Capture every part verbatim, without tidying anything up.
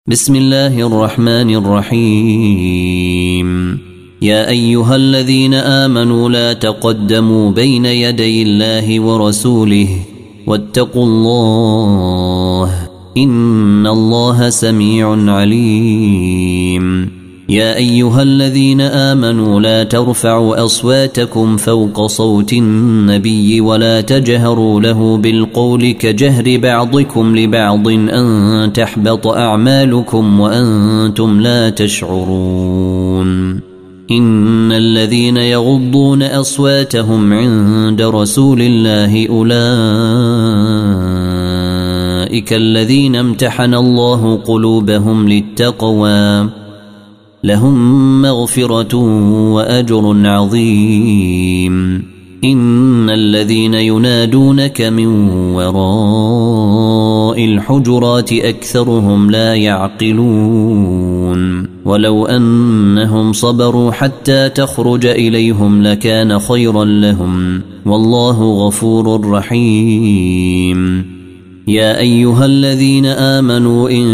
بسم الله الرحمن الرحيم. يا أيها الذين آمنوا لا تقدموا بين يدي الله ورسوله واتقوا الله إن الله سميع عليم. يا أيها الذين آمنوا لا ترفعوا أصواتكم فوق صوت النبي ولا تجهروا له بالقول كجهر بعضكم لبعض أن تحبط أعمالكم وأنتم لا تشعرون. إن الذين يغضون أصواتهم عند رسول الله أولئك الذين امتحن الله قلوبهم للتقوى لهم مغفرة وأجر عظيم. إن الذين ينادونك من وراء الحجرات أكثرهم لا يعقلون. ولو أنهم صبروا حتى تخرج إليهم لكان خيرا لهم والله غفور رحيم. يا أيها الذين آمنوا إن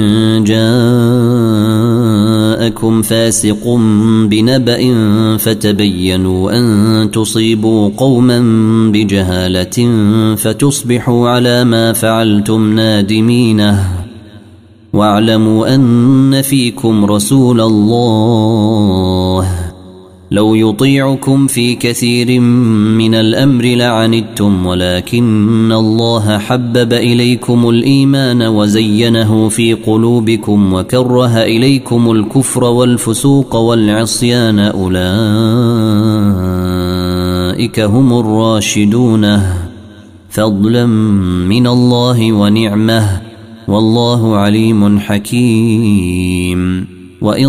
جاءكم فاسق بنبأ فتبينوا أن تصيبوا قوما بجهالة فتصبحوا على ما فعلتم نادمينه. واعلموا أن فيكم رسول الله لو يطيعكم في كثير من الأمر لعنتم ولكن الله حبب إليكم الإيمان وزينه في قلوبكم وكره إليكم الكفر والفسوق والعصيان أولئك هم الراشدون فضلا من الله ونعمه والله عليم حكيم. وإن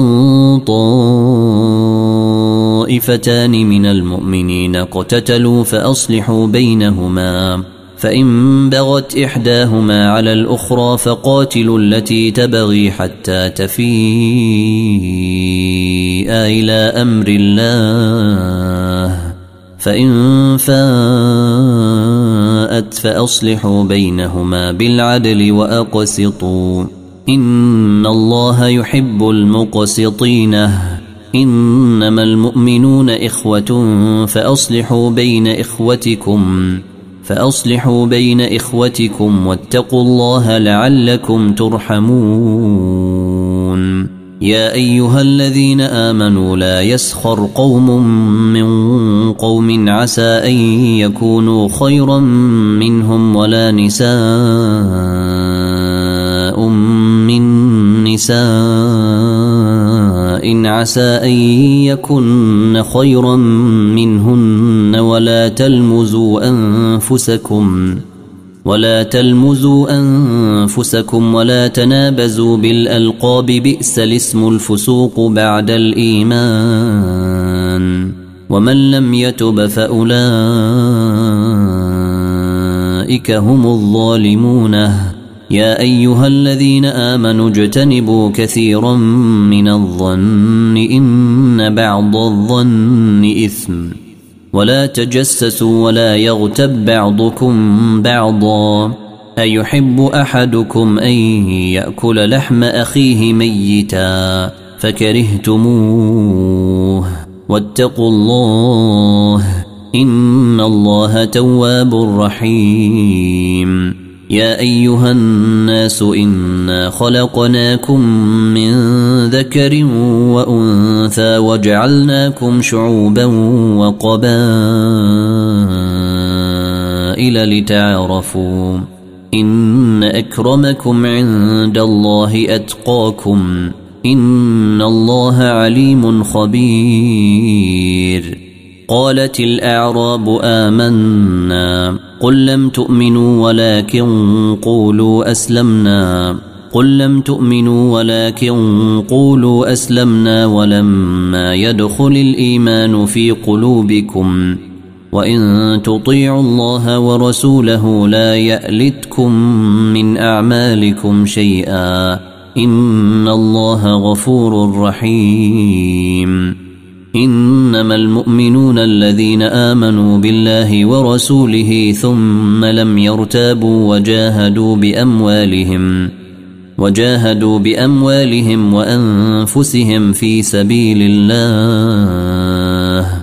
طائفتان من المؤمنين اقتتلوا فأصلحوا بينهما فإن بغت إحداهما على الأخرى فقاتلوا التي تبغي حتى تفيء إلى أمر الله فإن فاءت فأصلحوا بينهما بالعدل وأقسطوا إن الله يحب المقسطين. إنما المؤمنون إخوة فأصلحوا بين إخوتكم فأصلحوا بين إخوتكم واتقوا الله لعلكم ترحمون. يا أيها الذين آمنوا لا يسخر قوم من قوم عسى أن يكونوا خيرا منهم ولا نساء من نساء عسى أن يكن خيرا منهن ولا تلمزوا أنفسكم ولا تلمزوا أنفسكم ولا تنابزوا بالألقاب بئس الاسم الفسوق بعد الإيمان ومن لم يتب فأولئك هم الظالمون. يا أيها الذين آمنوا اجتنبوا كثيرا من الظن إن بعض الظن إثم ولا تجسسوا ولا يغتب بعضكم بعضا أيحب أحدكم أن يأكل لحم أخيه ميتا فكرهتموه واتقوا الله إن الله تواب رحيم. يا أيها الناس إنا خلقناكم من ذكر وأنثى وجعلناكم شعوبا وقبائل لتعارفوا إن أكرمكم عند الله أتقاكم إن الله عليم خبير. قالت الأعراب آمنا قل لم تؤمنوا ولكن قولوا أسلمنا قل لم تؤمنوا ولكن قولوا أسلمنا ولما يدخل الإيمان في قلوبكم وإن تطيعوا الله ورسوله لا يألتكم من أعمالكم شيئا إن الله غفور رحيم. إنما المؤمنون الذين آمنوا بالله ورسوله ثم لم يرتابوا وجاهدوا بأموالهم وجاهدوا بأموالهم وأنفسهم في سبيل الله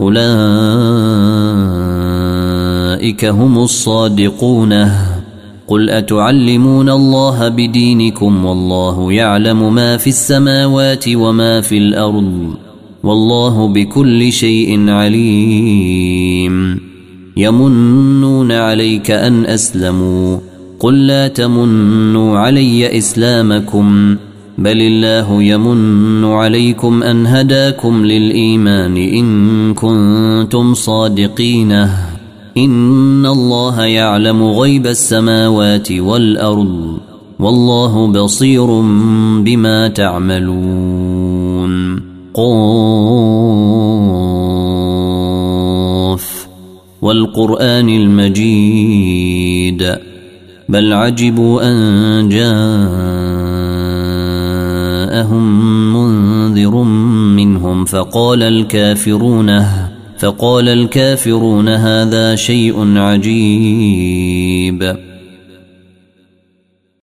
أولئك هم الصادقون. قل أتعلمون الله بدينكم والله يعلم ما في السماوات وما في الأرض والله بكل شيء عليم. يمنون عليك أن أسلموا قل لا تمنوا علي إسلامكم بل الله يمن عليكم أن هداكم للإيمان إن كنتم صادقين. إن الله يعلم غيب السماوات والأرض والله بصير بما تعملون. قاف والقرآن المجيد بل عجبوا أن جاءهم منذر منهم فقال الكافرون فقال الكافرون هذا شيء عجيب.